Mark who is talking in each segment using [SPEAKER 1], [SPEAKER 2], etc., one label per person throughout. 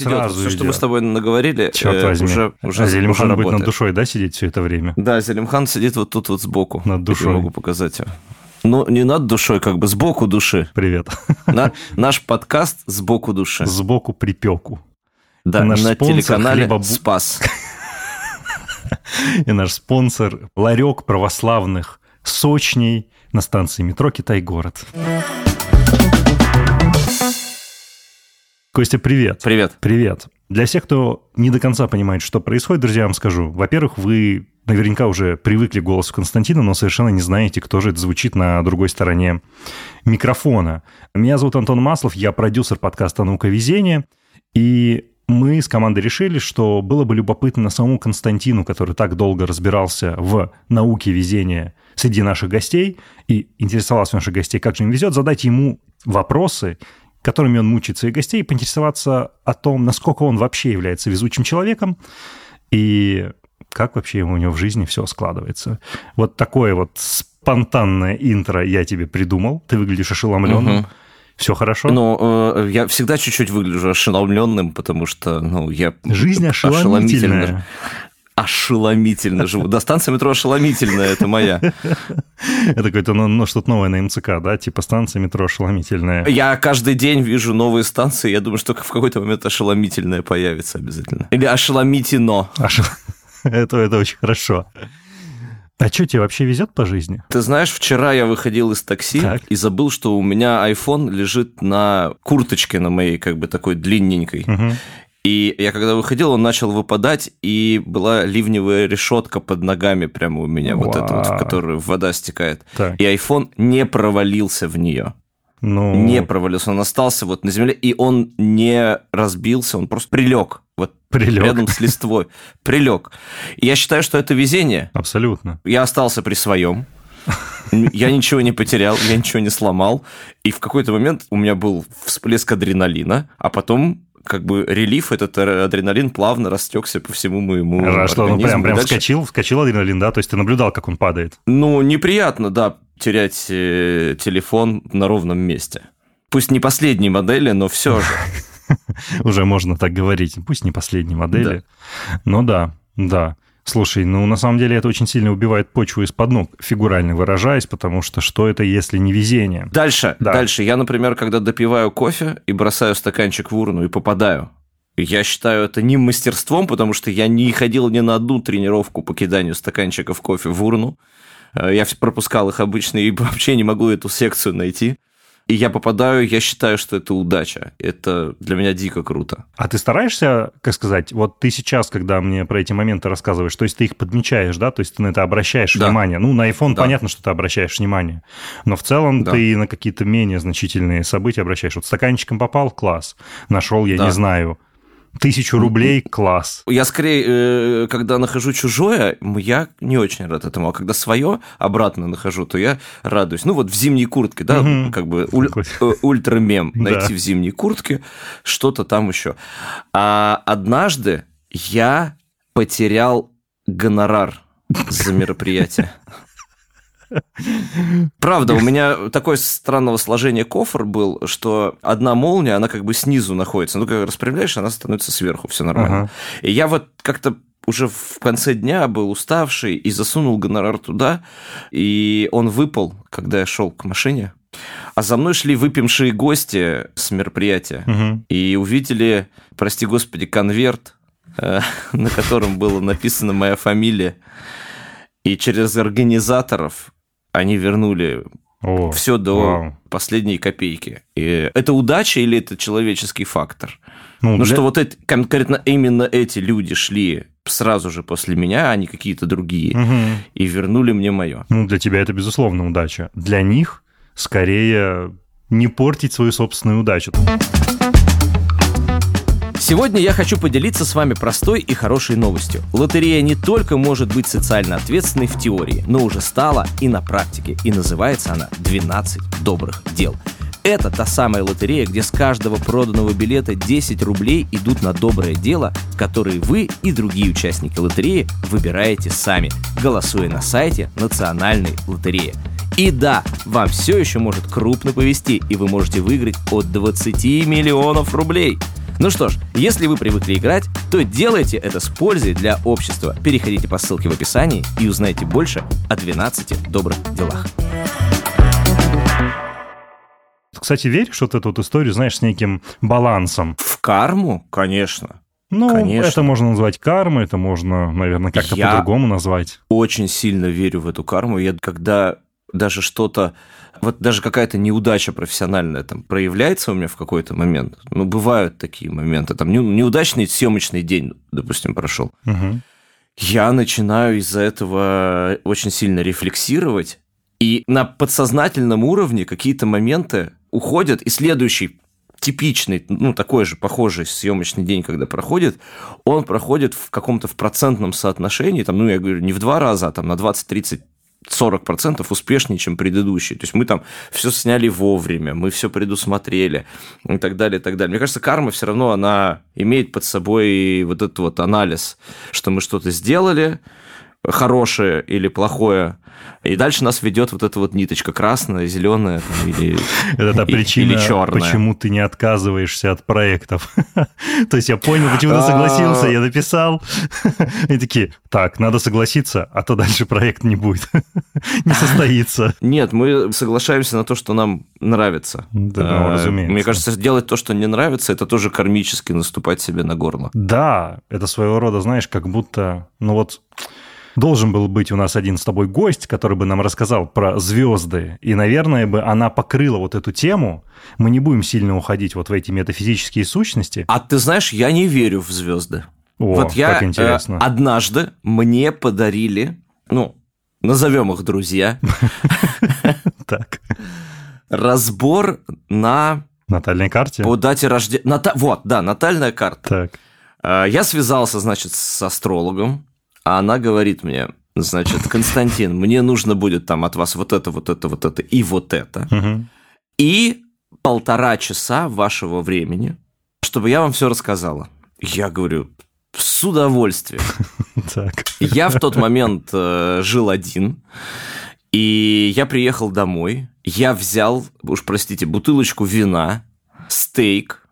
[SPEAKER 1] сразу
[SPEAKER 2] Все,
[SPEAKER 1] идет.
[SPEAKER 2] что мы с тобой наговорили,
[SPEAKER 1] Черт возьми.
[SPEAKER 2] уже
[SPEAKER 1] Зелимхан будет
[SPEAKER 2] работает.
[SPEAKER 1] над душой, да, сидеть все это время?
[SPEAKER 2] Да, Зелимхан сидит вот тут вот сбоку.
[SPEAKER 1] Над душой.
[SPEAKER 2] Я могу показать его. Ну, не над душой, как бы сбоку души.
[SPEAKER 1] Привет.
[SPEAKER 2] Наш подкаст сбоку души.
[SPEAKER 1] Сбоку припеку.
[SPEAKER 2] Да,
[SPEAKER 1] наш
[SPEAKER 2] на
[SPEAKER 1] спонсор
[SPEAKER 2] телеканале
[SPEAKER 1] Хлебобу-
[SPEAKER 2] «Спас».
[SPEAKER 1] И наш спонсор – ларек православных сочней на станции метро «Китай-город». Костя, привет.
[SPEAKER 2] Привет.
[SPEAKER 1] Привет. Для всех, кто не до конца понимает, что происходит, друзья, я вам скажу. Во-первых, вы наверняка уже привыкли к голосу Константина, но совершенно не знаете, кто же это звучит на другой стороне микрофона. Меня зовут Антон Маслов, я продюсер подкаста «Наука везения», и мы с командой решили, что было бы любопытно самому Константину, который так долго разбирался в науке везения среди наших гостей и интересовался у наших гостей, как же им везет, задать ему вопросы, которыми он мучает своих гостей, и поинтересоваться о том, насколько он вообще является везучим человеком и как вообще у него в жизни все складывается. Вот такое вот спонтанное интро я тебе придумал. Ты выглядишь ошеломленным.
[SPEAKER 2] Угу.
[SPEAKER 1] Все хорошо?
[SPEAKER 2] Ну, я всегда чуть-чуть выгляжу ошеломленным, потому что, я...
[SPEAKER 1] Жизнь ошеломительная.
[SPEAKER 2] Ошеломительно живу. Да, станция метро ошеломительная, это моя.
[SPEAKER 1] Это какое-то, что-то новое на МЦК, да? Типа станция метро ошеломительная.
[SPEAKER 2] Я каждый день вижу новые станции, я думаю, что в какой-то момент ошеломительное появится обязательно. Или ошеломитино.
[SPEAKER 1] Это очень хорошо. А что тебе вообще везет по жизни?
[SPEAKER 2] Ты знаешь, вчера я выходил из такси и забыл, что у меня iPhone лежит на курточке на моей, такой длинненькой.
[SPEAKER 1] Угу.
[SPEAKER 2] И я когда выходил, он начал выпадать, и была ливневая решетка под ногами прямо у меня, вот эта вот, в которую вода стекает.
[SPEAKER 1] Так.
[SPEAKER 2] И iPhone не провалился в нее. Не провалился, он остался вот на земле, и он не разбился, он просто прилег. Рядом с листвой. Прилег. И я считаю, что это везение.
[SPEAKER 1] Абсолютно.
[SPEAKER 2] Я остался при своем. Я ничего не потерял, я ничего не сломал. И в какой-то момент у меня был всплеск адреналина, а потом релиф, этот адреналин плавно растекся по всему моему организму.
[SPEAKER 1] Что, он прям вскочил адреналин, да? То есть ты наблюдал, как он падает?
[SPEAKER 2] Ну, неприятно, да, терять телефон на ровном месте. Пусть не последней модели, но все же.
[SPEAKER 1] Уже можно так говорить. Пусть не последней модели. Но да. Слушай, на самом деле это очень сильно убивает почву из-под ног, фигурально выражаясь, потому что это, если не везение?
[SPEAKER 2] Дальше. Я, например, когда допиваю кофе и бросаю стаканчик в урну и попадаю, я считаю это не мастерством, потому что я не ходил ни на одну тренировку по киданию стаканчиков кофе в урну. Я пропускал их обычно и вообще не могу эту секцию найти. И я попадаю, я считаю, что это удача. Это для меня дико круто.
[SPEAKER 1] А ты стараешься, вот ты сейчас, когда мне про эти моменты рассказываешь, то есть ты их подмечаешь, да? То есть ты на это обращаешь внимание. На iPhone понятно, что ты обращаешь внимание. Но в целом ты на какие-то менее значительные события обращаешь. Вот стаканчиком попал, класс. Нашел, я не знаю, 1000 рублей, класс.
[SPEAKER 2] Я скорее, когда нахожу чужое, я не очень рад этому. А когда свое обратно нахожу, то я радуюсь. В зимней куртке, да, ультрамем найти в зимней куртке, что-то там еще. А однажды я потерял гонорар за мероприятие. Правда, у меня такое странного сложения кофр был, что одна молния, она снизу находится. Когда распрямляешь, она становится сверху, все нормально. Ага. И я как-то уже в конце дня был уставший и засунул гонорар туда, и он выпал, когда я шел к машине. А за мной шли выпившие гости с мероприятия и увидели, прости господи, конверт, на котором была написана моя фамилия. И через организаторов они вернули все до последней копейки. И это удача или это человеческий фактор? Что конкретно именно эти люди шли сразу же после меня, а не какие-то другие, и вернули мне мое.
[SPEAKER 1] Для тебя это, безусловно, удача. Для них скорее не портить свою собственную удачу.
[SPEAKER 2] Сегодня я хочу поделиться с вами простой и хорошей новостью. Лотерея не только может быть социально ответственной в теории, но уже стала и на практике. И называется она «12 добрых дел». Это та самая лотерея, где с каждого проданного билета 10 рублей идут на доброе дело, которые вы и другие участники лотереи выбираете сами, голосуя на сайте Национальной лотереи. И да, вам все еще может крупно повезти, и вы можете выиграть от 20 миллионов рублей. Ну что ж, если вы привыкли играть, то делайте это с пользой для общества. Переходите по ссылке в описании и узнайте больше о 12 добрых делах.
[SPEAKER 1] Кстати, веришь вот эту вот историю, знаешь, с неким балансом?
[SPEAKER 2] В карму? Конечно.
[SPEAKER 1] Ну,
[SPEAKER 2] Конечно.
[SPEAKER 1] Это можно назвать кармой, это можно, наверное, как-то по-другому назвать.
[SPEAKER 2] Очень сильно верю в эту карму. Я когда даже что-то, вот даже какая-то неудача профессиональная там проявляется у меня в какой-то момент, ну, бывают такие моменты, там неудачный съемочный день, допустим, прошел.
[SPEAKER 1] Угу.
[SPEAKER 2] Я начинаю из-за этого очень сильно рефлексировать, и на подсознательном уровне какие-то моменты уходят, и следующий типичный, ну, такой же похожий съемочный день, когда проходит, он проходит в каком-то в процентном соотношении, там, ну, я говорю, не в 2 раза, а там на 20, 30, 40% успешнее, чем предыдущий. То есть мы там все сняли вовремя, мы все предусмотрели и так далее, и так далее. Мне кажется, карма все равно, она имеет под собой вот этот вот анализ, что мы что-то сделали, хорошее или плохое, и дальше нас ведет вот эта вот ниточка красная, зеленая там, или
[SPEAKER 1] это та причина,
[SPEAKER 2] или черная.
[SPEAKER 1] Почему ты не отказываешься от проектов. То есть я понял, почему ты согласился, я написал. И такие, так, надо согласиться, а то дальше проект не будет, не состоится.
[SPEAKER 2] Нет, мы соглашаемся на то, что нам нравится.
[SPEAKER 1] Да, разумеется.
[SPEAKER 2] Мне кажется, делать то, что не нравится, это тоже кармически наступать себе на горло.
[SPEAKER 1] Да, это своего рода, знаешь, как будто, ну вот... Должен был быть у нас один с тобой гость, который бы нам рассказал про звезды, и, наверное, бы она покрыла вот эту тему. Мы не будем сильно уходить вот в эти метафизические сущности.
[SPEAKER 2] А ты знаешь, я не верю в звезды.
[SPEAKER 1] О, вот
[SPEAKER 2] как
[SPEAKER 1] интересно.
[SPEAKER 2] Однажды мне подарили, ну, назовем их друзья, разбор на...
[SPEAKER 1] Натальной карте?
[SPEAKER 2] По дате рождения. Вот, да, натальная карта.
[SPEAKER 1] Так.
[SPEAKER 2] Я связался, значит, с астрологом. А она говорит мне, значит, Константин, мне нужно будет там от вас вот это и вот это.
[SPEAKER 1] Угу.
[SPEAKER 2] И 1,5 часа вашего времени, чтобы я вам все рассказала. Я говорю, с удовольствием.
[SPEAKER 1] Так.
[SPEAKER 2] Я в тот момент жил один, и я приехал домой. Я взял, уж простите, бутылочку вина, стейк,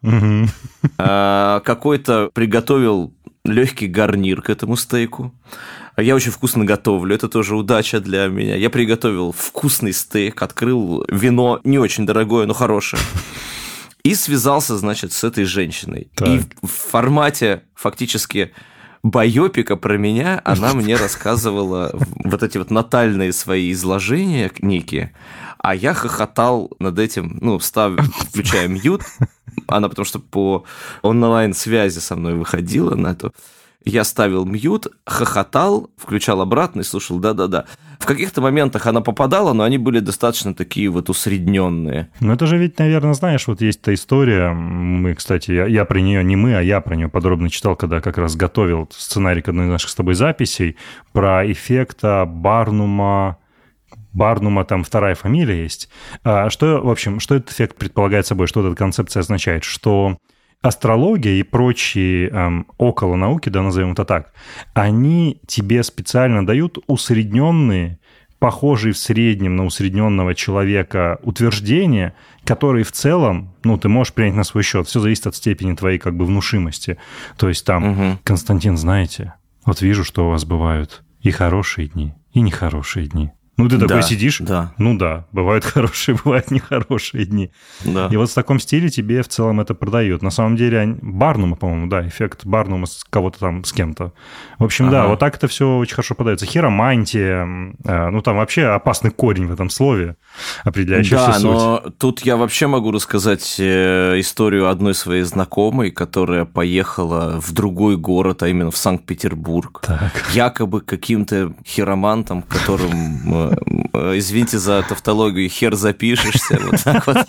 [SPEAKER 2] какой-то приготовил... легкий гарнир к этому стейку. Я очень вкусно готовлю, это тоже удача для меня. Я приготовил вкусный стейк, открыл вино не очень дорогое, но хорошее. И связался, значит, с этой женщиной. Так. И в формате фактически байопика про меня она мне рассказывала вот эти вот натальные свои изложения некие, а я хохотал над этим, ну, включая мьют, она потому что по онлайн-связи со мной выходила на это. Я ставил мьют, хохотал, включал обратно и слушал да-да-да. В каких-то моментах она попадала, но они были достаточно такие вот усредненные.
[SPEAKER 1] Ну, это же ведь, наверное, знаешь, вот есть та история, мы, кстати, я про нее, не мы, а я про нее подробно читал, когда как раз готовил сценарий к одной из наших с тобой записей, про эффекта Барнума, там вторая фамилия есть. Что, в общем, что этот эффект предполагает собой, что эта концепция означает? Что астрология и прочие около науки, да, назовем это так, они тебе специально дают усредненные, похожие в среднем на усредненного человека утверждения, которые в целом, ну, ты можешь принять на свой счет. Все зависит от степени твоей как бы внушимости. То есть там, Константин, знаете, вот вижу, что у вас бывают и хорошие дни, и нехорошие дни. Ну, ты такой сидишь, ну да, бывают хорошие, бывают нехорошие дни.
[SPEAKER 2] Да.
[SPEAKER 1] И вот в таком стиле тебе в целом это продают. На самом деле, Барнума, по-моему, да, эффект Барнума с кого-то там, с кем-то. В общем, да, вот так это все очень хорошо подается. Хиромантия, ну, там вообще опасный корень в этом слове, определяющий всю суть.
[SPEAKER 2] Да, но тут я вообще могу рассказать историю одной своей знакомой, которая поехала в другой город, а именно в Санкт-Петербург.
[SPEAKER 1] Так.
[SPEAKER 2] Якобы каким-то хиромантом, которым... Извините за тавтологию, хер запишешься, вот так вот.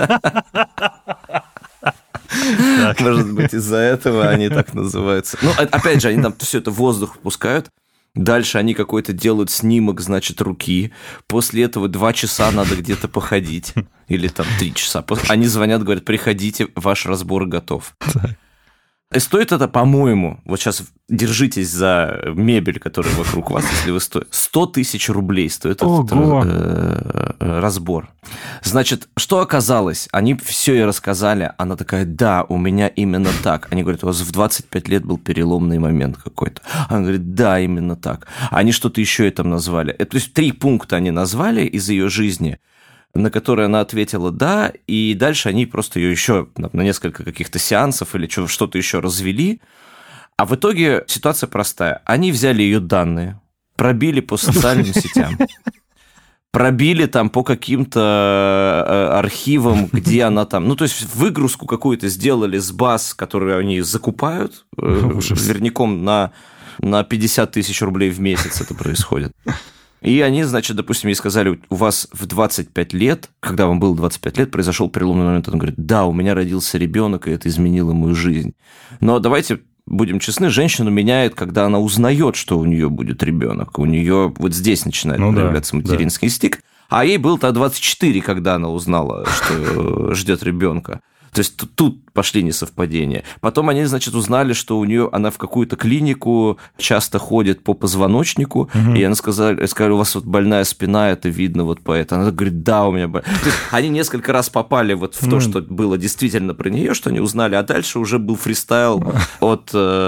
[SPEAKER 2] Может быть, из-за этого они так называются. Ну, опять же, они там все это в воздух пускают. Дальше они какой-то делают снимок, значит, руки. После этого 2 часа надо где-то походить. Или там 3 часа. Они звонят, говорят, приходите, ваш разбор готов. И стоит это, по-моему, вот сейчас держитесь за мебель, которая вокруг вас, если вы стоите, 100 тысяч рублей стоит этот разбор. Значит, что оказалось? Они все ей рассказали. Она такая: да, у меня именно так. Они говорят: у вас в 25 лет был переломный момент какой-то. Она говорит: да, именно так. Они что-то еще там назвали. То есть 3 пункта они назвали из ее жизни, на которые она ответила «да», и дальше они просто ее еще на несколько каких-то сеансов или что-то еще развели. А в итоге ситуация простая. Они взяли ее данные, пробили по социальным сетям, пробили там по каким-то архивам, где она там... Ну, то есть выгрузку какую-то сделали с баз, которые они закупают, верняком на 50 тысяч рублей в месяц это происходит. И они, значит, допустим, ей сказали: у вас в 25 лет, когда вам было 25 лет, произошел переломный момент. Он говорит: да, у меня родился ребенок, и это изменило мою жизнь. Но давайте будем честны, женщину меняет, когда она узнает, что у нее будет ребенок. У нее вот здесь начинает проявляться материнский инстинкт. А ей было-то 24, когда она узнала, что ждет ребенка. То есть тут пошли несовпадения. Потом они, значит, узнали, что у нее она в какую-то клинику часто ходит по позвоночнику, и она сказали, у вас вот больная спина, это видно вот по этому. Она говорит: да, у меня больная. То есть они несколько раз попали вот в то, что было действительно про нее, что они узнали, а дальше уже был фристайл от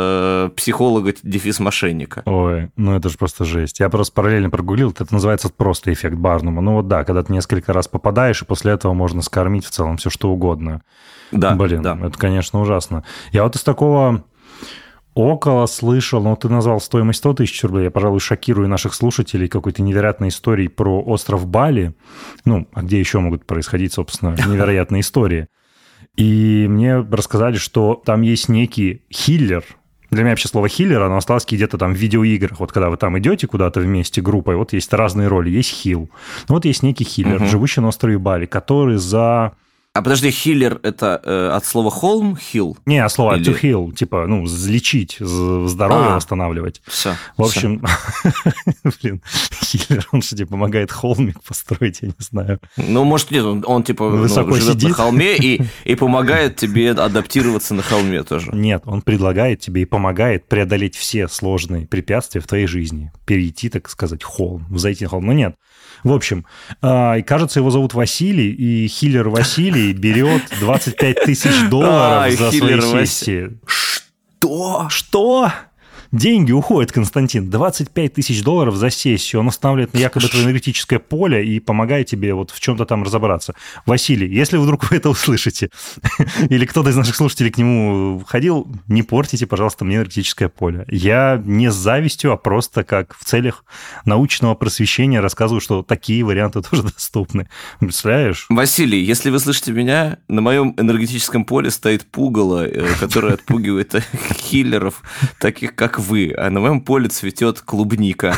[SPEAKER 2] психолога-мошенника.
[SPEAKER 1] Ой, ну это же просто жесть. Я просто параллельно прогуглил, это называется просто эффект Барнума. Ну вот да, когда ты несколько раз попадаешь, и после этого можно скормить в целом все что угодно.
[SPEAKER 2] Да,
[SPEAKER 1] блин,
[SPEAKER 2] да.
[SPEAKER 1] Это, конечно, ужасно. Я вот из такого около слышал, ну, ты назвал стоимость 100 тысяч рублей, я, пожалуй, шокирую наших слушателей какой-то невероятной историей про остров Бали, ну, а где еще могут происходить, собственно, невероятные истории. И мне рассказали, что там есть некий хиллер. Для меня вообще слово хиллер, оно осталось где-то там в видеоиграх. Вот когда вы там идете куда-то вместе группой, вот есть разные роли, есть хилл. Ну, вот есть некий хиллер, живущий на острове Бали, который за...
[SPEAKER 2] А подожди, хиллер – это от слова холм, хилл?
[SPEAKER 1] Не, от слова to heal, типа, ну, лечить, здоровье восстанавливать.
[SPEAKER 2] Все.
[SPEAKER 1] В общем, блин, хиллер, он что, типа, помогает холмик построить, я не знаю.
[SPEAKER 2] Ну, может, нет, он типа, живет на холме и помогает тебе адаптироваться на холме тоже.
[SPEAKER 1] Нет, он предлагает тебе и помогает преодолеть все сложные препятствия в твоей жизни. Перейти, так сказать, холм, взойти на холм. Но нет. В общем, кажется, его зовут Василий, и хиллер Василий берет 25 тысяч долларов за свои сессии. Что? Деньги уходят, Константин. 25 тысяч долларов за сессию. Он останавливает якобы твое энергетическое поле и помогает тебе вот в чем-то там разобраться. Василий, если вдруг вы это услышите, или кто-то из наших слушателей к нему ходил, не портите, пожалуйста, мне энергетическое поле. Я не с завистью, а просто как в целях научного просвещения рассказываю, что такие варианты тоже доступны. Представляешь?
[SPEAKER 2] Василий, если вы слышите меня, на моем энергетическом поле стоит пугало, которое отпугивает хиллеров, таких как вы, а на моем поле цветет клубника,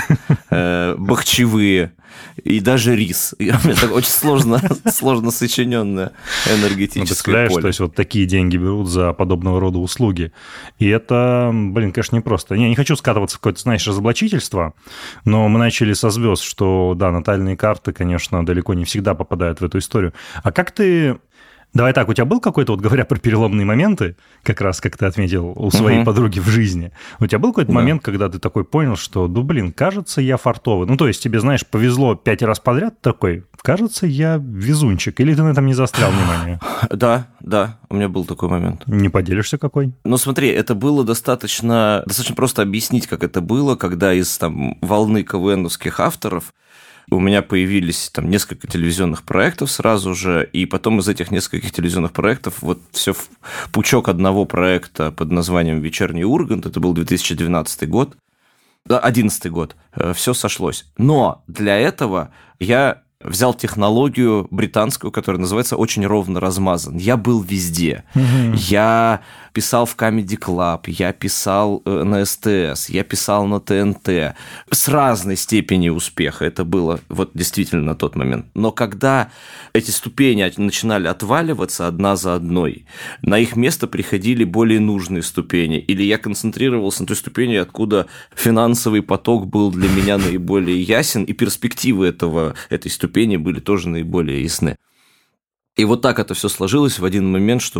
[SPEAKER 2] бахчевые и даже рис. У меня так очень сложно сочиненное энергетическое поле.
[SPEAKER 1] Представляешь, то есть вот такие деньги берут за подобного рода услуги. И это, блин, конечно, непросто. Я не хочу скатываться в какое-то, знаешь, разоблачительство, но мы начали со звезд, что, да, натальные карты, конечно, далеко не всегда попадают в эту историю. А как ты... Давай так, у тебя был какой-то, вот говоря про переломные моменты, как раз, как ты отметил, у своей подруги в жизни, у тебя был какой-то момент, когда ты такой понял, что, ну, блин, кажется, я фартовый. Ну, то есть тебе, знаешь, повезло 5 раз подряд, такой, кажется, я везунчик. Или ты на этом не заострял внимание?
[SPEAKER 2] Да, у меня был такой момент.
[SPEAKER 1] Не поделишься какой?
[SPEAKER 2] Ну, смотри, это было достаточно просто объяснить, как это было, когда из там волны КВНовских авторов у меня появились там несколько телевизионных проектов сразу же, и потом из этих нескольких телевизионных проектов вот все в пучок одного проекта под названием «Вечерний Ургант», это был 2012 год, 2011 год, все сошлось. Но для этого я взял технологию британскую, которая называется «очень ровно размазан». Я был везде. Я писал в Comedy Club, я писал на СТС, я писал на ТНТ. С разной степени успеха это было вот действительно на тот момент. Но когда эти ступени начинали отваливаться одна за одной, на их место приходили более нужные ступени. Или я концентрировался на той ступени, откуда финансовый поток был для меня наиболее ясен, и перспективы этой ступени были тоже наиболее ясны. И вот так это все сложилось в один момент, что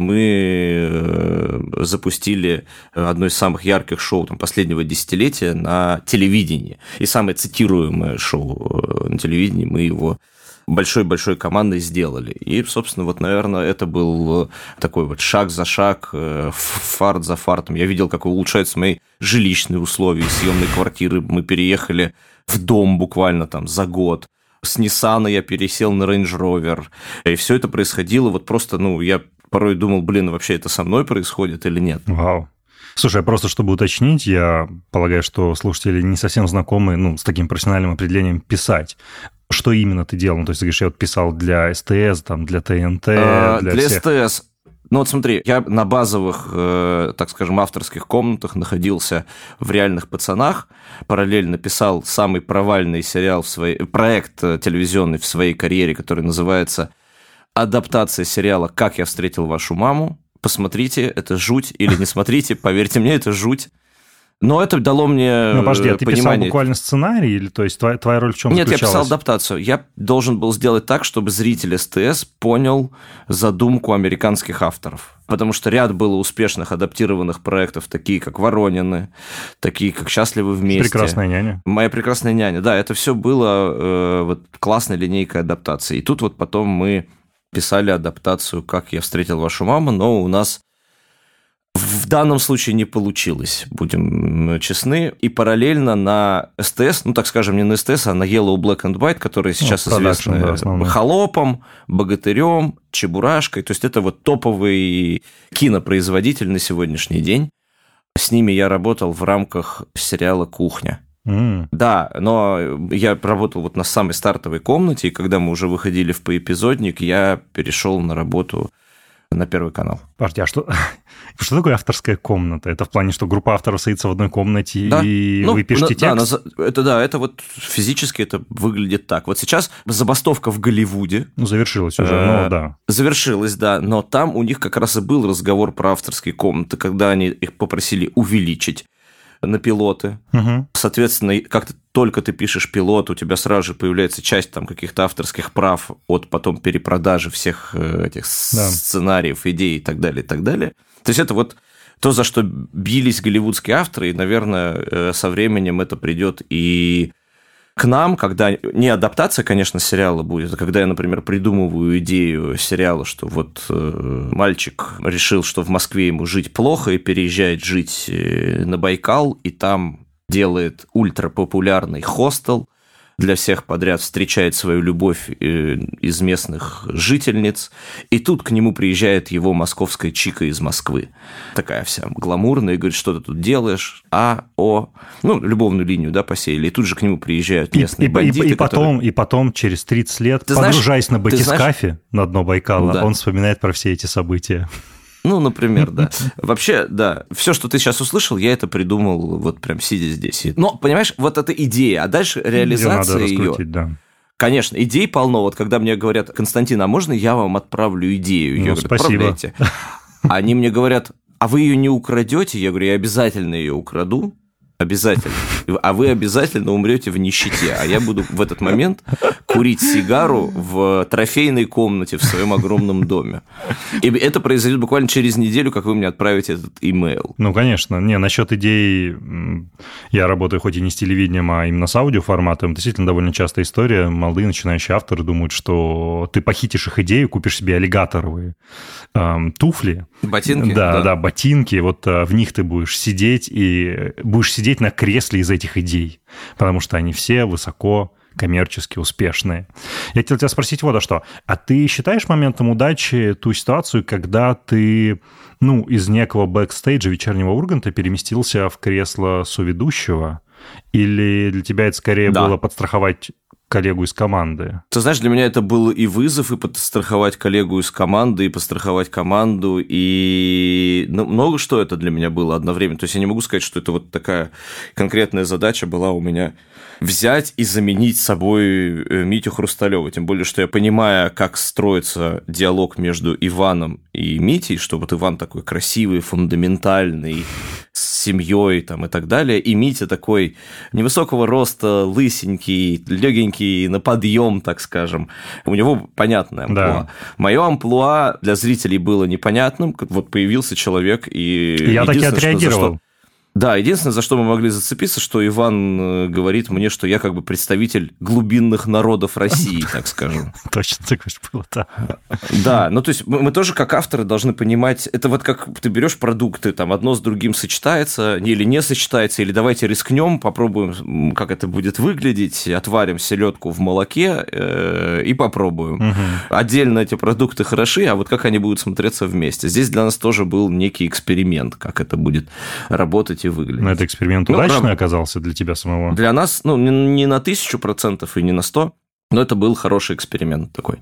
[SPEAKER 2] мы запустили одно из самых ярких шоу последнего десятилетия на телевидении. И самое цитируемое шоу на телевидении, мы его большой-большой командой сделали. И, собственно, наверное, это был такой шаг за шаг, фарт за фартом. Я видел, как улучшаются мои жилищные условия, съемной квартиры. Мы переехали в дом буквально за год. С Ниссана я пересел на Range Rover. И все это происходило просто, я порой думал, вообще это со мной происходит или нет.
[SPEAKER 1] Вау. Слушай, просто чтобы уточнить, я полагаю, что слушатели не совсем знакомы с таким профессиональным определением «писать». Что именно ты делал? То есть, ты говоришь, я писал для СТС, для ТНТ, для всех.
[SPEAKER 2] СТС. Смотри, я на базовых, так скажем, авторских комнатах находился в «Реальных пацанах», параллельно писал самый провальный проект телевизионный в своей карьере, который называется «Адаптация сериала «Как я встретил вашу маму». Посмотрите, это жуть, или не смотрите, поверьте мне, это жуть. Но это дало мне
[SPEAKER 1] подожди, а ты
[SPEAKER 2] понимание...
[SPEAKER 1] писал буквально сценарий? Или, то есть твоя роль в чем заключалась?
[SPEAKER 2] Нет, я писал адаптацию. Я должен был сделать так, чтобы зритель СТС понял задумку американских авторов. Потому что ряд было успешных адаптированных проектов, такие как «Воронины», такие как «Счастливы вместе».
[SPEAKER 1] «Прекрасная няня».
[SPEAKER 2] «Моя прекрасная няня». Да, это все было классной линейкой адаптации. И тут потом мы писали адаптацию «Как я встретил вашу маму», но у нас в данном случае не получилось, будем честны. И параллельно на СТС, так скажем, не на СТС, а на Yellow, Black and White, которые сейчас известны «Холопом», «Богатырем», «Чебурашкой». То есть это топовый кинопроизводитель на сегодняшний день. С ними я работал в рамках сериала «Кухня». Да, но я работал на самой стартовой комнате, и когда мы уже выходили в поэпизодник, я перешел на работу на Первый канал.
[SPEAKER 1] Подожди, а что такое авторская комната? Это в плане, что группа авторов садится в одной комнате, и вы пишете текст?
[SPEAKER 2] Это физически это выглядит так. Сейчас забастовка в Голливуде.
[SPEAKER 1] Завершилась уже, да.
[SPEAKER 2] Завершилась, да, но там у них как раз и был разговор про авторские комнаты, когда они их попросили увеличить на пилоты. Угу. Соответственно, как только ты пишешь пилот, у тебя сразу же появляется часть каких-то авторских прав от потом перепродажи всех этих сценариев, идей и так далее, и так далее. То есть это то, за что бились голливудские авторы, и, наверное, со временем это придет и к нам, когда не адаптация, конечно, сериала будет, а когда я, например, придумываю идею сериала, что мальчик решил, что в Москве ему жить плохо, и переезжает жить на Байкал, и там делает ультрапопулярный хостел, для всех подряд встречает свою любовь из местных жительниц, и тут к нему приезжает его московская чика из Москвы. Такая вся гламурная, и говорит, что ты тут делаешь? Любовную линию, посеяли, и тут же к нему приезжают местные бандиты.
[SPEAKER 1] И потом, через 30 лет, погружаясь на батискафе на дно Байкала, он вспоминает про все эти события.
[SPEAKER 2] Например, да. Вообще, да, все, что ты сейчас услышал, я это придумал прям сидя здесь. Но, понимаешь, это идея, а дальше реализация ее.
[SPEAKER 1] Да.
[SPEAKER 2] Конечно, идей полно. Когда мне говорят: Константин, а можно я вам отправлю идею? Я говорю: отправляйте. Они мне говорят: а вы ее не украдете? Я говорю: я обязательно ее украду. Обязательно. А вы обязательно умрете в нищете. А я буду в этот момент курить сигару в трофейной комнате в своем огромном доме. И это произойдет буквально через неделю, как вы мне отправите этот имейл.
[SPEAKER 1] Конечно. Насчет идей, я работаю хоть и не с телевидением, а именно с аудиоформатом. Действительно, довольно частая история. Молодые начинающие авторы думают, что ты похитишь их идею, купишь себе аллигаторовые туфли.
[SPEAKER 2] Ботинки?
[SPEAKER 1] Да, ботинки. В них ты будешь сидеть на кресле из этих идей, потому что они все высоко коммерчески успешные. Я хотел тебя спросить вот что. А ты считаешь моментом удачи ту ситуацию, когда ты, из некого бэкстейджа вечернего Урганта переместился в кресло соведущего? Или для тебя это скорее было подстраховать коллегу из команды?
[SPEAKER 2] Ты знаешь, для меня это был и вызов, и подстраховать коллегу из команды, и подстраховать команду, и много что это для меня было одновременно. То есть я не могу сказать, что это такая конкретная задача была у меня взять и заменить собой Митю Хрусталёва. Тем более, что я понимаю, как строится диалог между Иваном и Митей, что Иван такой красивый, фундаментальный, с семьей там, и так далее. И Митя такой невысокого роста, лысенький, легенький, на подъем, так скажем. У него понятное амплуа. Да. Мое амплуа для зрителей было непонятным. Вот появился человек, и
[SPEAKER 1] я так и отреагировал.
[SPEAKER 2] Да, единственное, за что мы могли зацепиться, что Иван говорит мне, что я как бы представитель глубинных народов России, так скажем.
[SPEAKER 1] Точно так же было, да.
[SPEAKER 2] Да, ну то есть мы тоже как авторы должны понимать, это вот как ты берешь продукты, там одно с другим сочетается или не сочетается, или давайте рискнем, попробуем, как это будет выглядеть, отварим селедку в молоке и попробуем. Угу. Отдельно эти продукты хороши, а вот как они будут смотреться вместе. Здесь для нас тоже был некий эксперимент, как это будет работать и выглядеть.
[SPEAKER 1] Но этот эксперимент удачный оказался для тебя самого?
[SPEAKER 2] Для нас, ну, не на 1000% и не на 100%, но это был хороший эксперимент такой.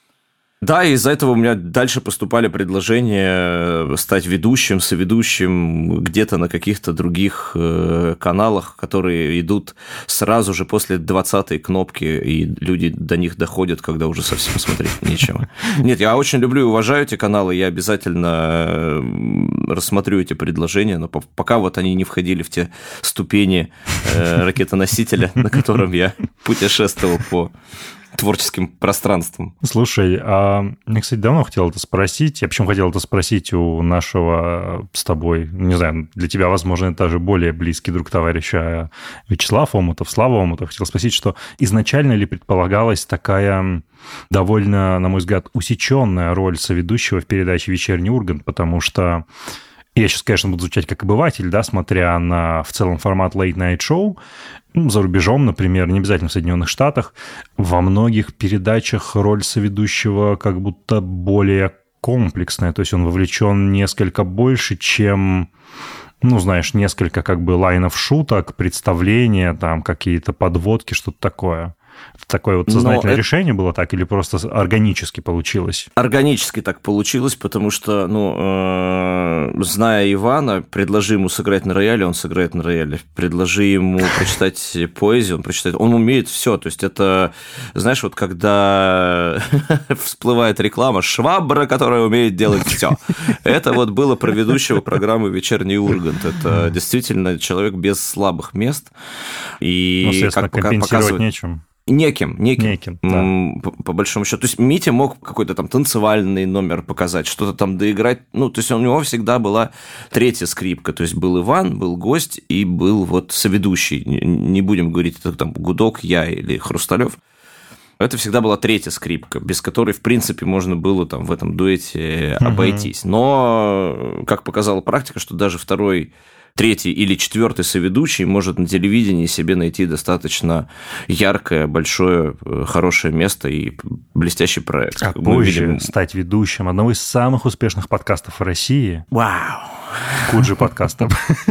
[SPEAKER 2] Да, и из-за этого у меня дальше поступали предложения стать ведущим, соведущим где-то на каких-то других каналах, которые идут сразу же после 20-й кнопки, и люди до них доходят, когда уже совсем смотреть нечего. Нет, я очень люблю и уважаю эти каналы, я обязательно рассмотрю эти предложения, но пока вот они не входили в те ступени ракетоносителя, на котором я путешествовал по творческим пространством.
[SPEAKER 1] Слушай, я, кстати, давно хотел это спросить. Я почему хотел это спросить у нашего с тобой, не знаю, для тебя, возможно, это даже более близкий друг товарища Вячеслав Омутов, Слава Омутов. Хотел спросить, что изначально ли предполагалась такая довольно, на мой взгляд, усеченная роль соведущего в передаче «Вечерний Ургант», потому что я сейчас, конечно, буду звучать как обыватель, да, смотря на в целом формат late-night show, за рубежом, например, не обязательно в Соединенных Штатах, во многих передачах роль соведущего как будто более комплексная, то есть он вовлечен несколько больше, чем, ну, знаешь, несколько как бы лайнов шуток, представления, там какие-то подводки, что-то такое. Такое вот сознательное решение было так или просто органически получилось?
[SPEAKER 2] Органически так получилось, потому что, зная Ивана, предложи ему сыграть на рояле, он сыграет на рояле. Предложи ему прочитать поэзию, он прочитает. Он умеет все. То есть это, знаешь, вот когда всплывает реклама «Швабра, которая умеет делать все». Это вот было про ведущего программы «Вечерний Ургант». Это действительно человек без слабых мест. И,
[SPEAKER 1] естественно, компенсировать нечем.
[SPEAKER 2] Неким,
[SPEAKER 1] да.
[SPEAKER 2] По большому счету. То есть Митя мог какой-то там танцевальный номер показать, что-то там доиграть. Ну, то есть у него всегда была третья скрипка. То есть был Иван, был гость и был вот соведущий. Не будем говорить, это там Гудок, я или Хрусталев. Это всегда была третья скрипка, без которой, в принципе, можно было там в этом дуэте обойтись. Но, как показала практика, что даже второй, третий или четвертый соведущий может на телевидении себе найти достаточно яркое, большое, хорошее место и блестящий проект.
[SPEAKER 1] А позже стать ведущим одного из самых успешных подкастов в России.
[SPEAKER 2] Вау!
[SPEAKER 1] Куджи подкастов.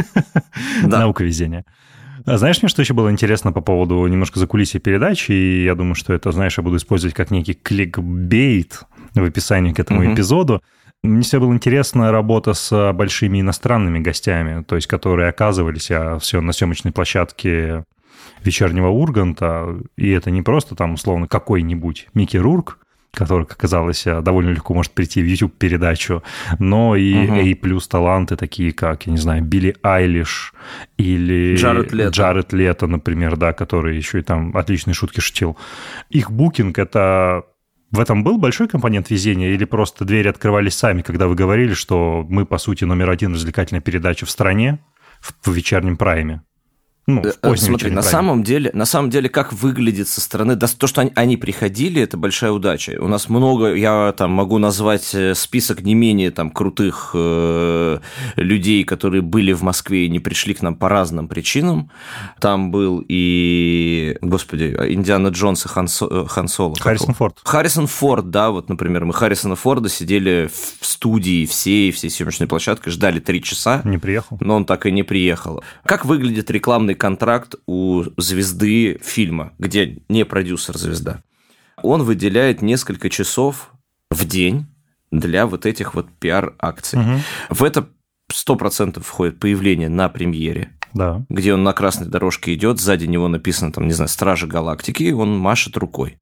[SPEAKER 1] Наука везения. А знаешь, мне что еще было интересно по поводу немножко закулисья передачи, и я думаю, что это, знаешь, я буду использовать как некий кликбейт в описании к этому эпизоду. Мне всегда была интересна работа с большими иностранными гостями, то есть которые оказывались все на съемочной площадке «Вечернего Урганта», и это не просто там, условно, какой-нибудь Микки Рурк, который, как оказалось, довольно легко может прийти в YouTube-передачу, но и A+ таланты, такие как, я не знаю, Билли Айлиш или Джаред Лето, например, да, который еще и там отличные шутки шутил. Их букинг — это... В этом был большой компонент везения или просто двери открывались сами, когда вы говорили, что мы, по сути, номер один развлекательная передача в стране в вечернем прайме? Ну,
[SPEAKER 2] смотри, на самом деле, как выглядит со стороны, да, то, что они приходили, это большая удача. У нас много, я там могу назвать список не менее там крутых людей, которые были в Москве и не пришли к нам по разным причинам. Там был и, господи, Индиана Джонс и Хан Соло. Харрисон Форд, да, вот, например, мы Харрисона Форда сидели в студии всей съемочной площадкой, ждали 3 часа.
[SPEAKER 1] Не приехал.
[SPEAKER 2] Но он так и не приехал. Как выглядит рекламный контракт у звезды фильма, где не продюсер-звезда? Он выделяет несколько часов в день для вот этих вот пиар-акций. В это 100% входит появление на премьере,
[SPEAKER 1] да,
[SPEAKER 2] где он на красной дорожке идет, сзади него написано, там, не знаю, «Стражи Галактики», и он машет рукой.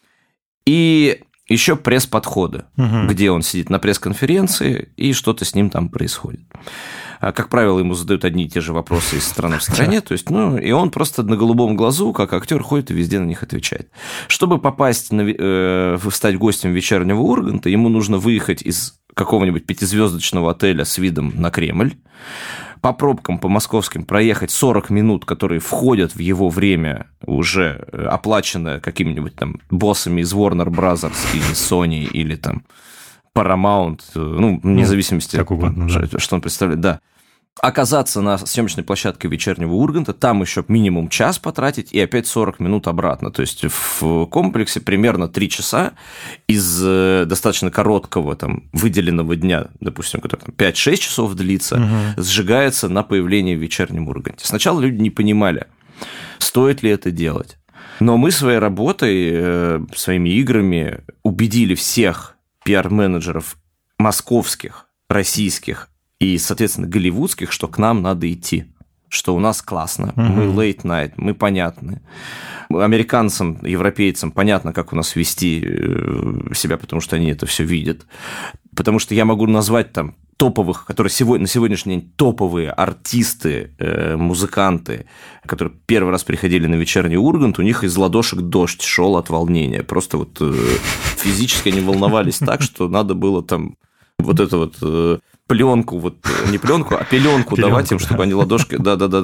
[SPEAKER 2] И еще пресс-подходы, где он сидит на пресс-конференции, и что-то с ним там происходит. Как правило, ему задают одни и те же вопросы из страны в стране, то есть, и он просто на голубом глазу, как актер, ходит и везде на них отвечает. Чтобы попасть, стать гостем вечернего Урганта, ему нужно выехать из какого-нибудь 5-звездочного отеля с видом на Кремль, по пробкам, по московским проехать 40 минут, которые входят в его время, уже оплаченное какими-нибудь там боссами из Warner Brothers или Sony, или там Paramount, вне зависимости,
[SPEAKER 1] как угодно,
[SPEAKER 2] что он представляет, да. Оказаться на съемочной площадке вечернего Урганта, там еще минимум час потратить и опять 40 минут обратно. То есть в комплексе примерно 3 часа из достаточно короткого там, выделенного дня, допустим, который там, 5-6 часов длится, сжигается на появление в вечернем Урганте. Сначала люди не понимали, стоит ли это делать. Но мы своей работой, своими играми убедили всех пиар-менеджеров московских, российских, и, соответственно, голливудских, что к нам надо идти, что у нас классно, мы late night, мы понятны. Американцам, европейцам понятно, как у нас вести себя, потому что они это все видят. Потому что я могу назвать там топовых, которые на сегодняшний день топовые артисты, музыканты, которые первый раз приходили на вечерний Ургант, у них из ладошек дождь шел от волнения. Просто вот физически они волновались так, что надо было там вот это вот... пленку, не пленку, а пеленку давать им, чтобы они ладошки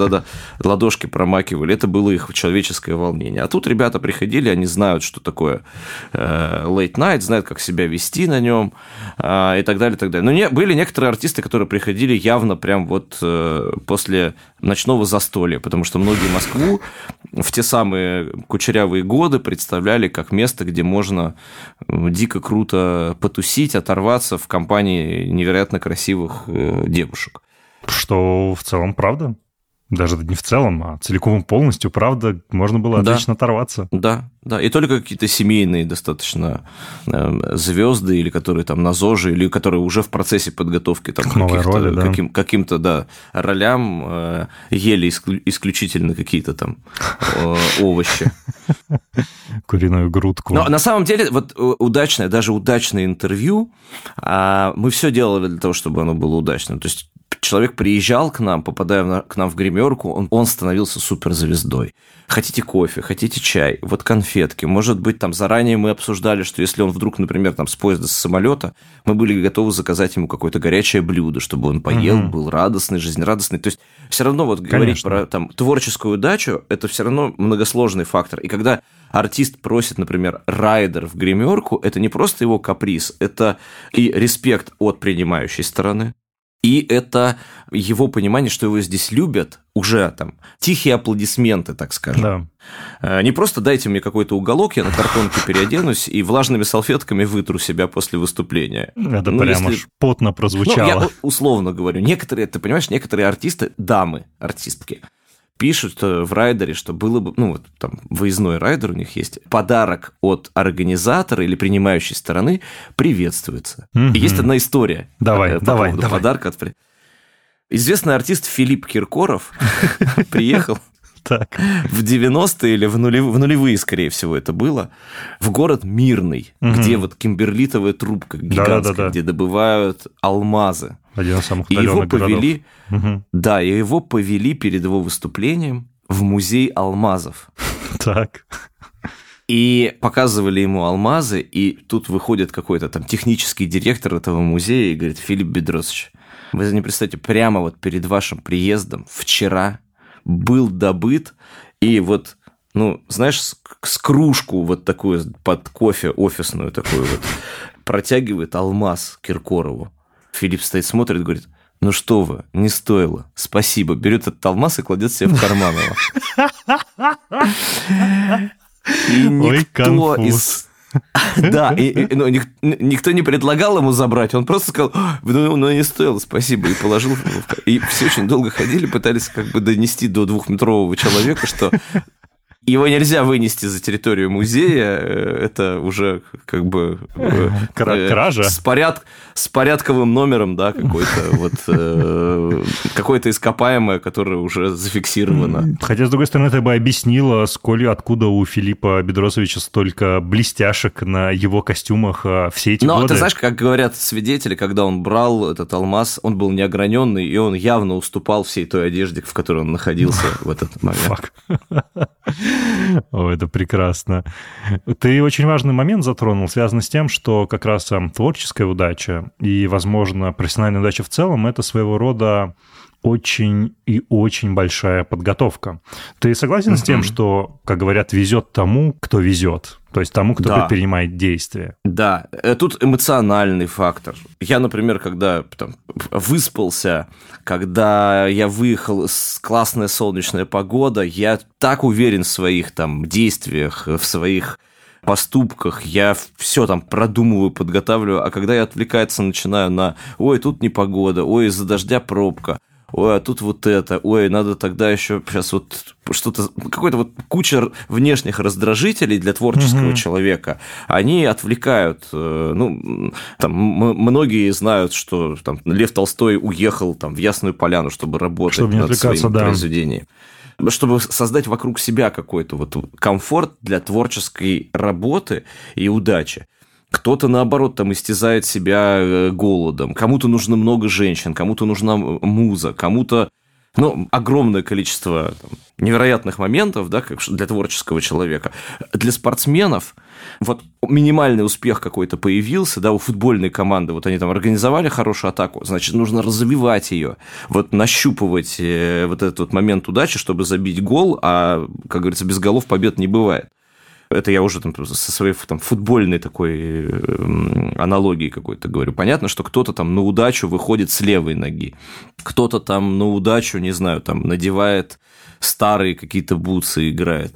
[SPEAKER 2] промакивали. Это было их человеческое волнение. А тут ребята приходили, они знают, что такое late night, знают, как себя вести на нем и так далее, и так далее. Но были некоторые артисты, которые приходили явно прям вот после ночного застолья, потому что многие Москву в те самые кучерявые годы представляли как место, где можно дико круто потусить, оторваться в компании невероятно красивых девушек.
[SPEAKER 1] Что в целом правда. Даже не в целом, а целиком и полностью, правда, можно было отлично оторваться.
[SPEAKER 2] Да. И только какие-то семейные достаточно звезды, или которые там на ЗОЖе, или которые уже в процессе подготовки там, каким-то ролям ели исключительно какие-то там овощи.
[SPEAKER 1] Куриную грудку.
[SPEAKER 2] Но на самом деле, вот даже удачное интервью, мы все делали для того, чтобы оно было удачным. То есть человек приезжал к нам, попадая к нам в гримерку, он становился суперзвездой. Хотите кофе, хотите чай, вот конфетки. Может быть, там заранее мы обсуждали, что если он вдруг, например, там с поезда, с самолета, мы были готовы заказать ему какое-то горячее блюдо, чтобы он поел, был радостный, жизнерадостный. То есть все равно вот говорить про там, творческую удачу, это все равно многосложный фактор. И когда артист просит, например, райдер в гримерку, это не просто его каприз, это и респект от принимающей стороны, и это его понимание, что его здесь любят, уже там тихие аплодисменты, так скажем. Да. Не просто дайте мне какой-то уголок, я на картонке переоденусь и влажными салфетками вытру себя после выступления.
[SPEAKER 1] Это прямо аж потно прозвучало.
[SPEAKER 2] Я условно говорю, некоторые, ты понимаешь, некоторые артисты, дамы, артистки, пишут в райдере, что было бы, там выездной райдер у них есть, подарок от организатора или принимающей стороны приветствуется. И есть одна история по поводу подарка от... Известный артист Филипп Киркоров приехал в 90-е или в нулевые, скорее всего, это было, в город Мирный, где вот кимберлитовая трубка гигантская, где добывают алмазы.
[SPEAKER 1] Один из самых удаленных городов.
[SPEAKER 2] Да, и его повели перед его выступлением в музей алмазов.
[SPEAKER 1] Так.
[SPEAKER 2] И показывали ему алмазы, и тут выходит какой-то там технический директор этого музея и говорит: Филипп Бедросович, вы не представляете, прямо вот перед вашим приездом вчера был добыт, и вот, знаешь, с кружку вот такую под кофе офисную такую вот протягивает алмаз Киркорову. Филипп стоит, смотрит, говорит: ну что вы, не стоило, спасибо. Берет этот алмаз и кладет себе в карман его. И никто из... Да, никто не предлагал ему забрать, он просто сказал: не стоило, спасибо, и положил. И все очень долго ходили, пытались как бы донести до 2-метрового человека, что Его нельзя вынести за территорию музея, это уже как бы...
[SPEAKER 1] Кража?
[SPEAKER 2] С порядковым номером, да, какое-то ископаемое, которое уже зафиксировано.
[SPEAKER 1] Хотя, с другой стороны, это бы объяснило, откуда у Филиппа Бедросовича столько блестяшек на его костюмах все эти годы.
[SPEAKER 2] Но ты знаешь, как говорят свидетели, когда он брал этот алмаз, он был неограненный, и он явно уступал всей той одежде, в которой он находился в этот момент.
[SPEAKER 1] О, это прекрасно. Ты очень важный момент затронул, связанный с тем, что как раз творческая удача и, возможно, профессиональная удача в целом – это своего рода очень и очень большая подготовка. Ты согласен с тем, что, как говорят, везет тому, кто везет? То есть тому, кто предпринимает действия?
[SPEAKER 2] Да, тут эмоциональный фактор. Я, например, когда выспался, когда я выехал, классная солнечная погода, я так уверен в своих действиях, в своих поступках, я все продумываю, подготавливаю, а когда я отвлекаться начинаю на «Ой, тут непогода», «Ой, из-за дождя пробка», «Ой, а тут вот это», «Ой, надо тогда еще сейчас вот что-то», какой-то куча внешних раздражителей для творческого человека, они отвлекают. Многие знают, что Лев Толстой уехал в Ясную Поляну, чтобы работать над своим произведением. Чтобы создать вокруг себя какой-то комфорт для творческой работы и удачи. Кто-то, наоборот, истязает себя голодом, кому-то нужно много женщин, кому-то нужна муза, кому-то огромное количество невероятных моментов, да, как для творческого человека. Для спортсменов минимальный успех какой-то появился, да, у футбольной команды, они организовали хорошую атаку, значит, нужно развивать ее, нащупывать этот момент удачи, чтобы забить гол, а, как говорится, без голов побед не бывает. Это я уже со своей футбольной такой аналогией какой-то говорю. Понятно, что кто-то на удачу выходит с левой ноги, кто-то на удачу, не знаю, надевает старые какие-то бутсы и играет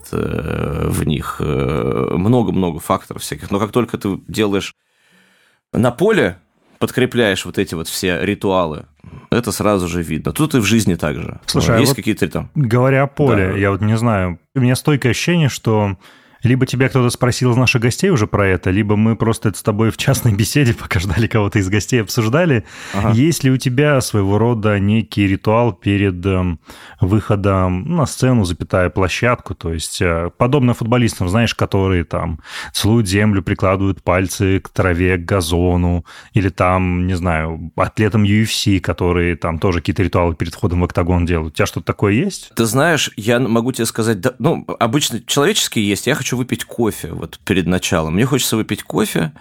[SPEAKER 2] в них. Много-много факторов всяких. Но как только ты делаешь на поле, подкрепляешь эти все ритуалы, это сразу же видно. Тут и в жизни так же.
[SPEAKER 1] Слушай, есть какие-то говоря о поле, я не знаю, у меня стойкое ощущение, что либо тебя кто-то спросил из наших гостей уже про это, либо мы просто это с тобой в частной беседе, пока ждали кого-то из гостей, обсуждали. Есть ли у тебя своего рода некий ритуал перед выходом на сцену, площадку? То есть подобно футболистам, знаешь, которые целуют землю, прикладывают пальцы к траве, к газону, или не знаю, атлетам UFC, которые тоже какие-то ритуалы перед входом в октагон делают. У тебя что-то такое есть?
[SPEAKER 2] Ты знаешь, я могу тебе сказать, обычно человеческие есть, я хочу выпить кофе перед началом. Мне хочется выпить кофе,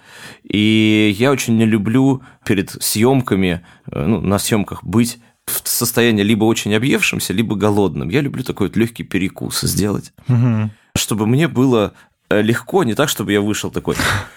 [SPEAKER 2] и я очень не люблю перед съемками, на съемках быть в состоянии либо очень объевшимся, либо голодным. Я люблю такой легкий перекус сделать, чтобы мне было легко, не так, чтобы я вышел такой...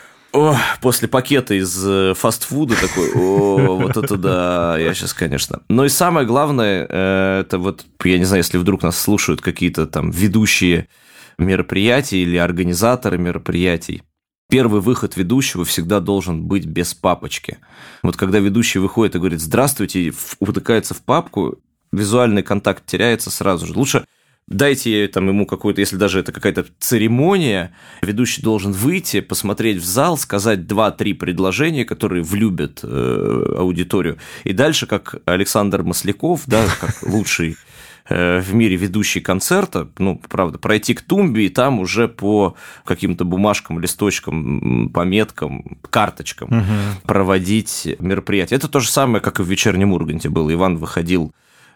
[SPEAKER 2] после пакета из фастфуда такой, вот это да, я сейчас, конечно. Но и самое главное, это я не знаю, если вдруг нас слушают какие-то ведущие мероприятий или организаторы мероприятий. Первый выход ведущего всегда должен быть без папочки. Когда ведущий выходит и говорит «здравствуйте», утыкается в папку, визуальный контакт теряется сразу же. Лучше дайте ему какую-то, если даже это какая-то церемония, ведущий должен выйти, посмотреть в зал, сказать 2-3 предложения, которые влюбят аудиторию. И дальше, как Александр Масляков, да, как лучший в мире ведущий концерта, правда, пройти к тумбе и там уже по каким-то бумажкам, листочкам, пометкам, карточкам проводить мероприятие. Это то же самое, как и в «Вечернем Урганте» было. Иван выходил,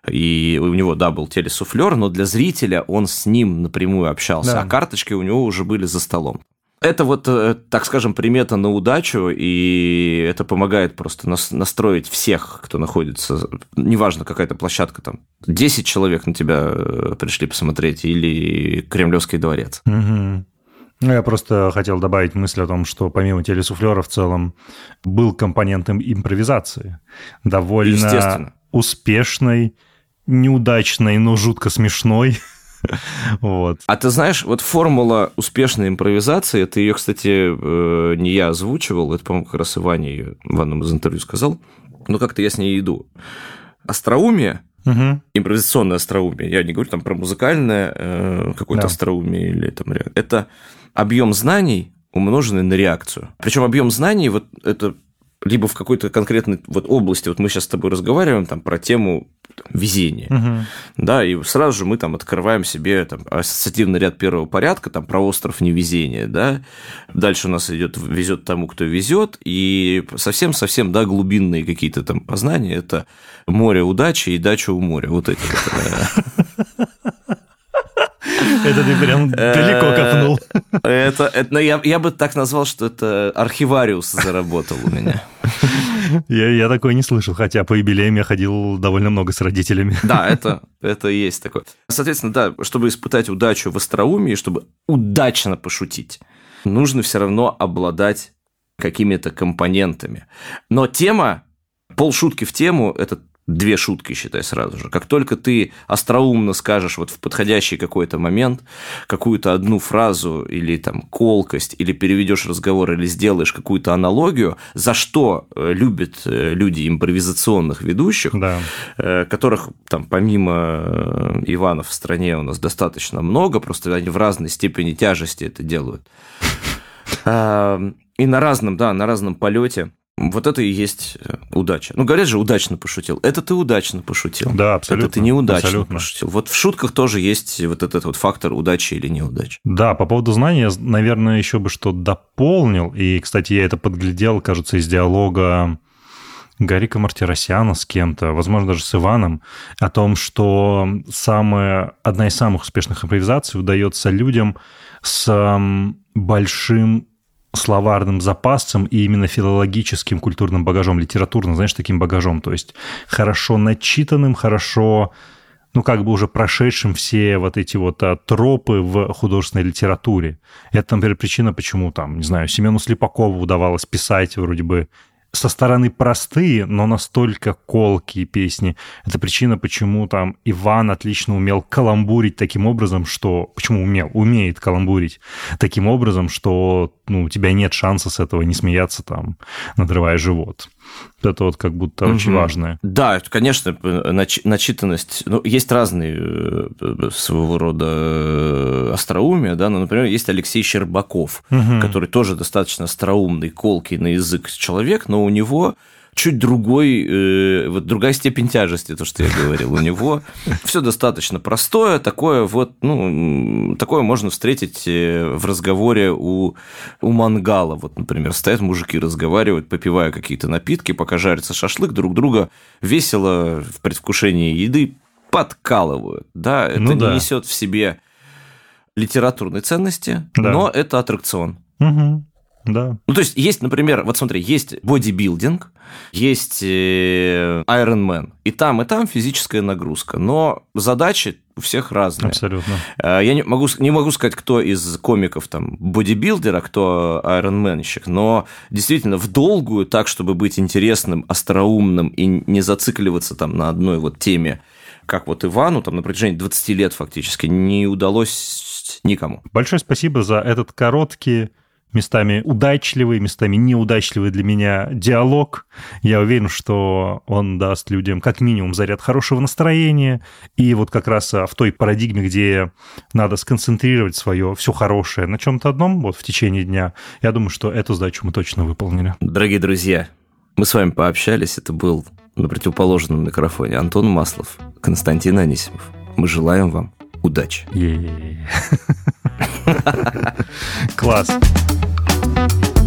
[SPEAKER 2] и у него, был телесуфлер, но для зрителя он с ним напрямую общался, а карточки у него уже были за столом. Это так скажем, примета на удачу, и это помогает просто настроить всех, кто находится, неважно, какая-то площадка, 10 человек на тебя пришли посмотреть, или Кремлевский дворец.
[SPEAKER 1] Я просто хотел добавить мысль о том, что помимо телесуфлера в целом был компонентом импровизации, довольно успешной, неудачной, но жутко смешной.
[SPEAKER 2] А ты знаешь, формула успешной импровизации, это ее, кстати, не я озвучивал, это, по-моему, как раз и Ваня в одном из интервью сказал, но как-то я с ней иду. Остроумие, Импровизационное остроумие. Я не говорю там про музыкальное какое-то остроумие или там... Это объем знаний, умноженный на реакцию. Причем объем знаний, вот это либо в какой-то конкретной вот области, вот мы сейчас с тобой разговариваем там про тему везения, да, и сразу же мы там открываем себе там ассоциативный ряд первого порядка, там про остров невезения, да, дальше у нас идет везет тому, кто везет, и совсем-совсем, да, глубинные какие-то там познания, это море удачи и дача у моря, вот эти вот.
[SPEAKER 1] Это ты прям далеко копнул.
[SPEAKER 2] Я бы так назвал, что это архивариус заработал у меня.
[SPEAKER 1] Я такое не слышал, хотя по юбилеям я ходил довольно много с родителями.
[SPEAKER 2] Да, это есть такое. Соответственно, да, чтобы испытать удачу в остроумии, чтобы удачно пошутить, нужно все равно обладать какими-то компонентами. Но тема, полшутки в тему – это 2 шутки, считай, сразу же. Как только ты остроумно скажешь вот в подходящий какой-то момент какую-то одну фразу или там колкость, или переведешь разговор, или сделаешь какую-то аналогию, за что любят люди импровизационных ведущих, которых там помимо Иванов в стране у нас достаточно много, просто они в разной степени тяжести это делают. И на разном полете. Вот это и есть удача. Ну, говорят же, удачно пошутил. Это ты удачно пошутил.
[SPEAKER 1] Да, абсолютно.
[SPEAKER 2] Это ты неудачно пошутил. Вот в шутках тоже есть вот этот вот фактор удачи или неудачи.
[SPEAKER 1] Да, по поводу знания, наверное, еще бы что дополнил. И, кстати, я это подглядел, кажется, из диалога Гарика Мартиросяна с кем-то, возможно, даже с Иваном, о том, что одна из самых успешных импровизаций удается людям с большим словарным запасом и именно филологическим культурным багажом, литературным, знаешь, таким багажом, то есть хорошо начитанным, хорошо, как бы уже прошедшим все вот эти вот тропы в художественной литературе. Это, например, причина, почему там, не знаю, Семену Слепакову удавалось писать вроде бы со стороны простые, но настолько колкие песни. Это причина, почему там Иван отлично умел каламбурить таким образом, что... Почему умеет каламбурить таким образом, что у тебя нет шанса с этого не смеяться, там, надрывая живот. Это вот как будто очень важное.
[SPEAKER 2] Да, это, конечно, начитанность. Есть разные своего рода остроумия, да, например, есть Алексей Щербаков, который тоже достаточно остроумный, колкий на язык человек, но у него чуть другая степень тяжести, то, что я говорил. У него все достаточно простое, такое можно встретить в разговоре у мангала. Вот, например, стоят мужики, разговаривают, попивая какие-то напитки, пока жарится шашлык, друг друга весело в предвкушении еды подкалывают. Да, это не несет в себе литературной ценности, но это аттракцион.
[SPEAKER 1] Да.
[SPEAKER 2] То есть, есть, например, вот смотри, есть бодибилдинг, есть Iron Man, и там физическая нагрузка, но задачи у всех разные.
[SPEAKER 1] Абсолютно.
[SPEAKER 2] Я не могу сказать, кто из комиков там бодибилдер, а кто айронменщик, но действительно в долгую, так, чтобы быть интересным, остроумным и не зацикливаться там на одной вот теме, как вот Ивану там на протяжении 20 лет фактически не удалось никому.
[SPEAKER 1] Большое спасибо за этот короткий, местами удачливый, местами неудачливый для меня диалог. Я уверен, что он даст людям как минимум заряд хорошего настроения. И вот как раз в той парадигме, где надо сконцентрировать свое все хорошее на чем-то одном вот в течение дня, я думаю, что эту задачу мы точно выполнили.
[SPEAKER 2] Dорогие друзья, мы с вами пообщались. Это был на противоположном микрофоне Антон Маслов, Константин Анисимов. Мы желаем вам удачи.
[SPEAKER 1] Класс.